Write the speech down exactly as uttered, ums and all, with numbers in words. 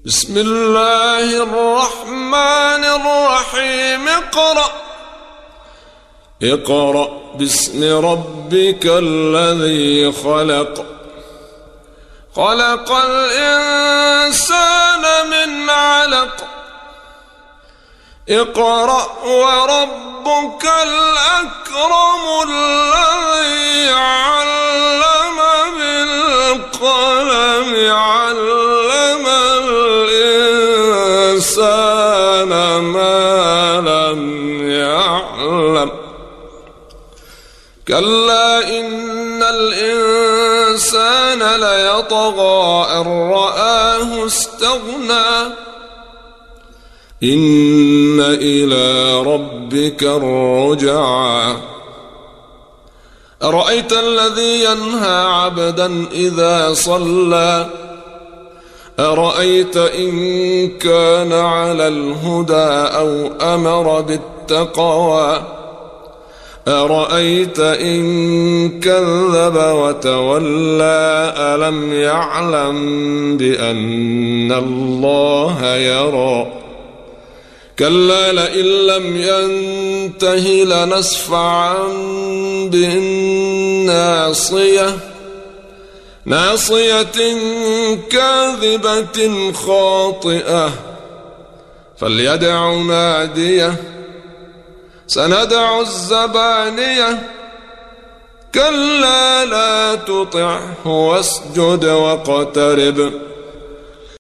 بسم الله الرحمن الرحيم اقرأ اقرأ باسم ربك الذي خلق خلق الإنسان من علق اقرأ وربك الأكرم الذي علم بالقلم علم الإنسان ما لم يعلم كلا إن الإنسان ليطغى أن رآه استغنى إن إلى ربك الرجعى أرأيت الذي ينهى عبدا إذا صلى أرأيت إن كان على الهدى أو أمر بالتقوى أرأيت إن كذب وتولى ألم يعلم بأن الله يرى كلا لئن لم ينته لنسفعا بالناصية ناصية كاذبة خاطئة فليدع ناديه سندع الزبانية كلا لا تطعه واسجد واقترب